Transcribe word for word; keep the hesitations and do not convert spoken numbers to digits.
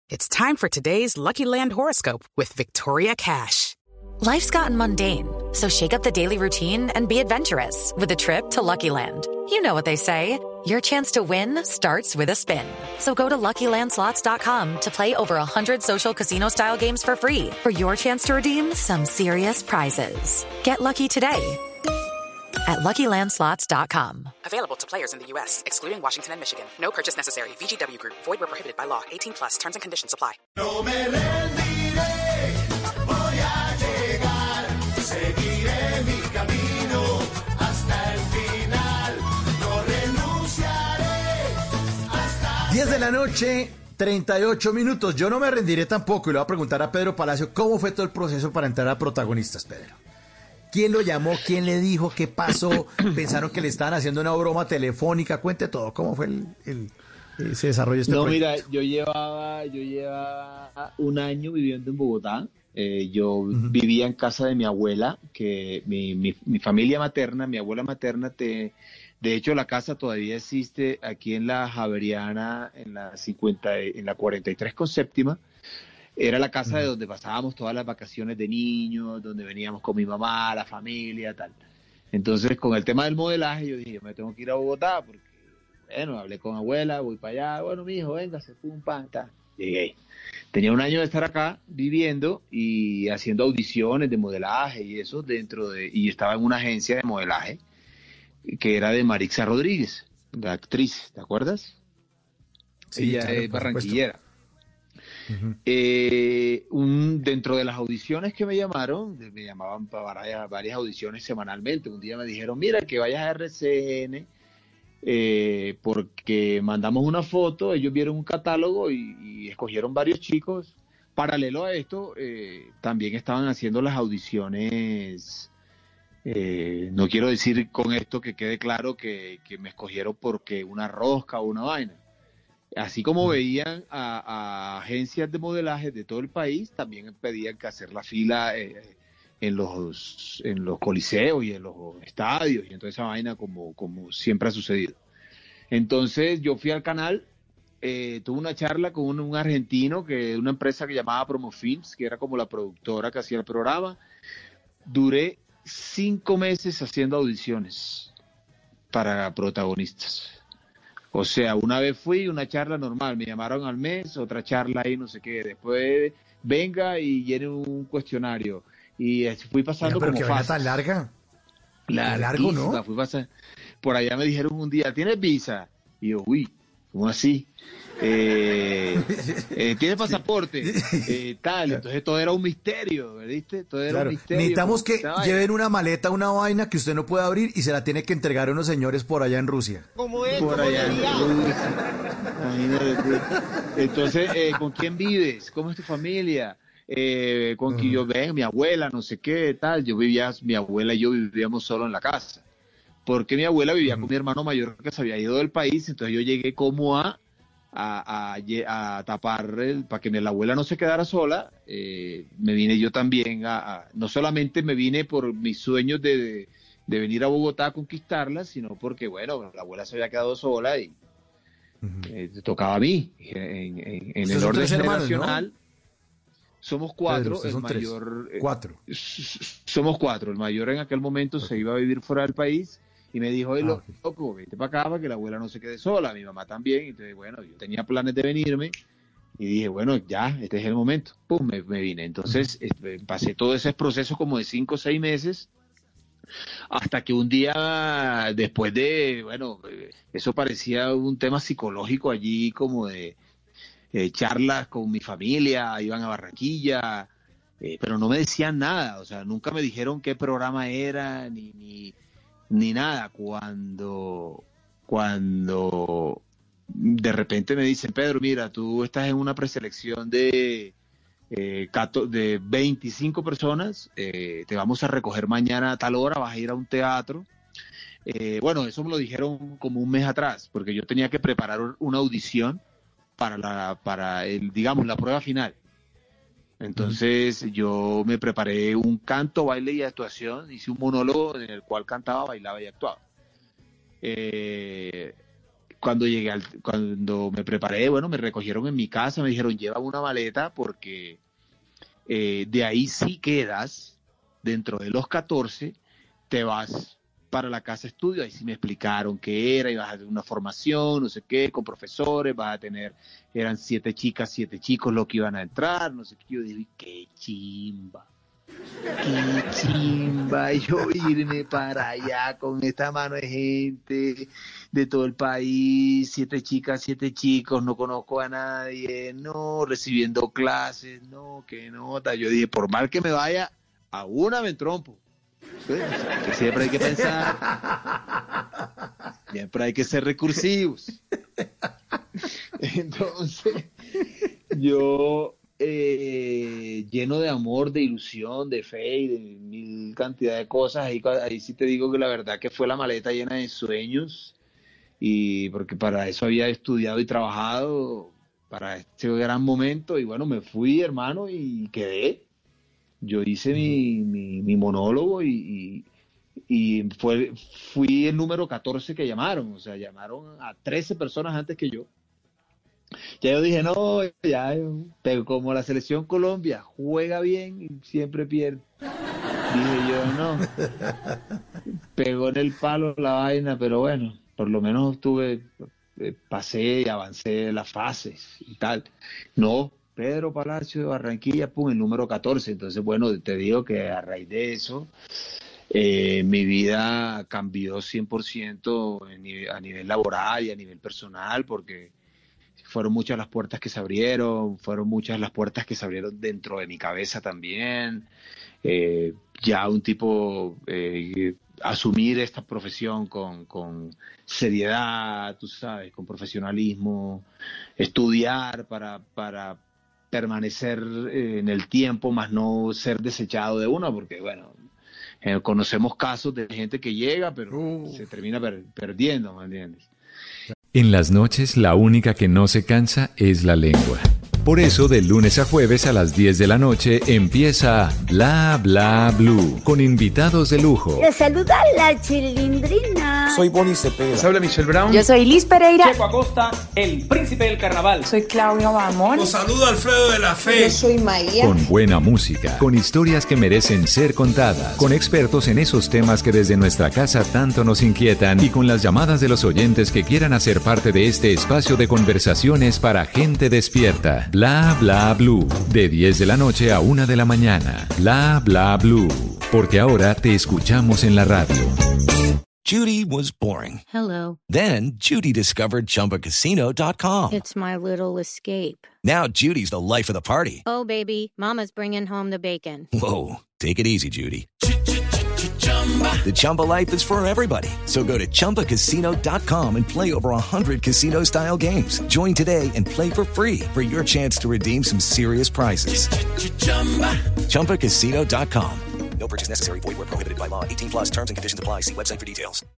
It's time for today's Lucky Land horoscope with Victoria Cash. Life's gotten mundane, so shake up the daily routine and be adventurous with a trip to Lucky Land. You know what they say, your chance to win starts with a spin. So go to Lucky Land Slots dot com to play over one hundred social casino-style games for free for your chance to redeem some serious prizes. Get lucky today at Lucky Land Slots dot com. Available to players in the U S, excluding Washington and Michigan. No purchase necessary. V G W Group. Void where prohibited by law. eighteen plus. Terms and conditions apply. No me rendiré, voy a llegar, seguiré mi camino hasta el final, no renunciaré hasta... diez de la noche, treinta y ocho minutos. Yo no me rendiré tampoco y le voy a preguntar a Pedro Palacio cómo fue todo el proceso para entrar a Protagonistas, Pedro. ¿Quién lo llamó? ¿Quién le dijo? ¿Qué pasó? ¿Pensaron que le estaban haciendo una broma telefónica? Cuente todo. ¿Cómo fue el, el, ese desarrollo de este No, proyecto? mira, yo llevaba, yo llevaba un año viviendo en Bogotá. Eh, yo uh-huh. vivía en casa de mi abuela, que mi, mi, mi familia materna, mi abuela materna, te, de hecho la casa todavía existe aquí en la Javeriana, en la cincuenta, en la cuarenta y tres con séptima. Era la casa uh-huh. de donde pasábamos todas las vacaciones de niños, donde veníamos con mi mamá, la familia, tal. Entonces, con el tema del modelaje, yo dije, yo me tengo que ir a Bogotá, porque, bueno, hablé con abuela, voy para allá, bueno, mi hijo, véngase, pum, pam, tal. Llegué. Tenía un año de estar acá viviendo y haciendo audiciones de modelaje y eso dentro de, y estaba en una agencia de modelaje que era de Marixa Rodríguez, la actriz, ¿te acuerdas? Sí, Ella claro, es barranquillera. Uh-huh. Eh, un, dentro de las audiciones que me llamaron, me llamaban para varias, varias audiciones semanalmente. Un día me dijeron, mira, que vayas a R C N eh, porque mandamos una foto, ellos vieron un catálogo y, y escogieron varios chicos. Paralelo a esto, eh, también estaban haciendo las audiciones. Eh, no quiero decir con esto que quede claro que, que me escogieron porque una rosca o una vaina. Así como veían a, a agencias de modelaje de todo el país, también pedían que hacer la fila eh, en los en los coliseos y en los estadios y en toda esa vaina como, como siempre ha sucedido. Entonces yo fui al canal, eh, tuve una charla con un, un argentino, que una empresa que llamaba Promofilms, que era como la productora que hacía el programa. Duré cinco meses haciendo audiciones para Protagonistas. O sea, una vez fui, una charla normal, me llamaron al mes, otra charla ahí, no sé qué, después venga y llene un cuestionario. Y fui pasando Oiga, pero como que fases. tan larga. Largo, ¿no? Fui pasando. Por allá me dijeron un día, ¿tienes visa? Y yo, uy, ¿cómo así? Eh, eh, ¿Tienes pasaporte? Eh, tal, entonces todo era un misterio, ¿viste? Todo era Claro. un misterio. Necesitamos que Esta lleven vaina. una maleta, una vaina que usted no puede abrir y se la tiene que entregar a unos señores por allá en Rusia. ¿Cómo es? Por ¿Cómo allá. sería? Imagínate tú. Entonces, eh, ¿con quién vives? ¿Cómo es tu familia? Eh, con quien yo vengo, mi abuela, no sé qué, tal. Yo vivía, mi abuela y yo vivíamos solo en la casa. Porque mi abuela vivía uh-huh. con mi hermano mayor que se había ido del país, entonces yo llegué como a a, a, a tapar el, para que la abuela no se quedara sola. Eh, me vine yo también a, a, no solamente me vine por mis sueños de, de, de venir a Bogotá a conquistarla, sino porque, bueno, la abuela se había quedado sola y uh-huh. eh, tocaba a mí en, en, en el orden generacional. Hermanos, ¿no? Somos cuatro, Pedro, el mayor eh, cuatro. Somos cuatro, el mayor en aquel momento okay. se iba a vivir fuera del país. Y me dijo, oye, ah, loco, okay. vete para acá para que la abuela no se quede sola, mi mamá también. Y entonces, bueno, yo tenía planes de venirme y dije, bueno, ya, este es el momento. Pum, me, me vine. Entonces, uh-huh. eh, pasé todo ese proceso como de cinco o seis meses, hasta que un día, después de, bueno, eh, eso parecía un tema psicológico allí, como de eh, charlas con mi familia, iban a Barranquilla, eh, pero no me decían nada, o sea, nunca me dijeron qué programa era, ni... ni ni nada. Cuando cuando de repente me dicen, Pedro, mira, tú estás en una preselección de eh, de veinticinco personas, eh, te vamos a recoger mañana a tal hora, vas a ir a un teatro. Eh, bueno, eso me lo dijeron como un mes atrás, porque yo tenía que preparar una audición para la para el digamos la prueba final. Entonces uh-huh. yo me preparé un canto, baile y actuación, hice un monólogo en el cual cantaba, bailaba y actuaba. Eh, cuando llegué, al, cuando me preparé, bueno, me recogieron en mi casa, me dijeron, lleva una maleta porque eh, de ahí sí quedas, dentro de los catorce, te vas para la casa estudio. Ahí sí me explicaron qué era, ibas a tener una formación, no sé qué, con profesores, vas a tener, eran siete chicas, siete chicos los que iban a entrar, no sé qué. Yo dije, qué chimba, qué chimba yo irme para allá con esta mano de gente de todo el país, siete chicas, siete chicos, no conozco a nadie, no, recibiendo clases, no, qué nota. Yo dije, por mal que me vaya, a una me trompo. Sí, que siempre hay que pensar, siempre hay que ser recursivos. Entonces, yo eh, lleno de amor, de ilusión, de fe y de mil cantidad de cosas, ahí, ahí sí te digo que la verdad que fue la maleta llena de sueños, y porque para eso había estudiado y trabajado para este gran momento, y bueno, me fui, hermano, y quedé. Yo hice mi, mi, mi monólogo y, y, y fue, fui el número catorce que llamaron, o sea, llamaron a trece personas antes que yo. Ya yo dije, no, ya, pero como la selección Colombia juega bien y siempre pierde. Dije yo, no, pegó en el palo la vaina, pero bueno, por lo menos tuve, eh, pasé y avancé las fases y tal. No, Pedro Palacio de Barranquilla, pum, el número catorce. Entonces, bueno, te digo que a raíz de eso, eh, mi vida cambió cien por ciento en nivel, a nivel laboral y a nivel personal, porque fueron muchas las puertas que se abrieron, fueron muchas las puertas que se abrieron dentro de mi cabeza también. Eh, ya un tipo, eh, asumir esta profesión con, con seriedad, tú sabes, con profesionalismo, estudiar para... para permanecer en el tiempo, más no ser desechado de una, porque bueno, eh, conocemos casos de gente que llega, pero uh. se termina per- perdiendo, ¿me entiendes? En las noches, la única que no se cansa es la lengua. Por eso, de lunes a jueves a las diez de la noche empieza Bla Bla Blue, con invitados de lujo. Les saluda la Chilindrina. Soy Bonnie Cepeda. Les habla Michelle Brown. Yo soy Liz Pereira. Checo Acosta, el príncipe del carnaval. Soy Claudio Bamón. Los saluda Alfredo de la Fe. Yo soy Maía. Con buena música, con historias que merecen ser contadas, con expertos en esos temas que desde nuestra casa tanto nos inquietan, y con las llamadas de los oyentes que quieran hacer parte de este espacio de conversaciones para gente despierta. Bla Bla Blue, de diez de la noche a una de la mañana. Bla Bla Blue, porque ahora te escuchamos en la radio. Judy was boring. Hello. Then Judy discovered Chumba Casino dot com. It's my little escape. Now Judy's the life of the party. Oh, baby, mama's bringing home the bacon. Whoa, take it easy, Judy. The Chumba life is for everybody. So go to Chumba Casino dot com and play over one hundred casino-style games. Join today and play for free for your chance to redeem some serious prizes. Chumba Casino dot com. No purchase necessary. Void where prohibited by law. eighteen plus terms and conditions apply. See website for details.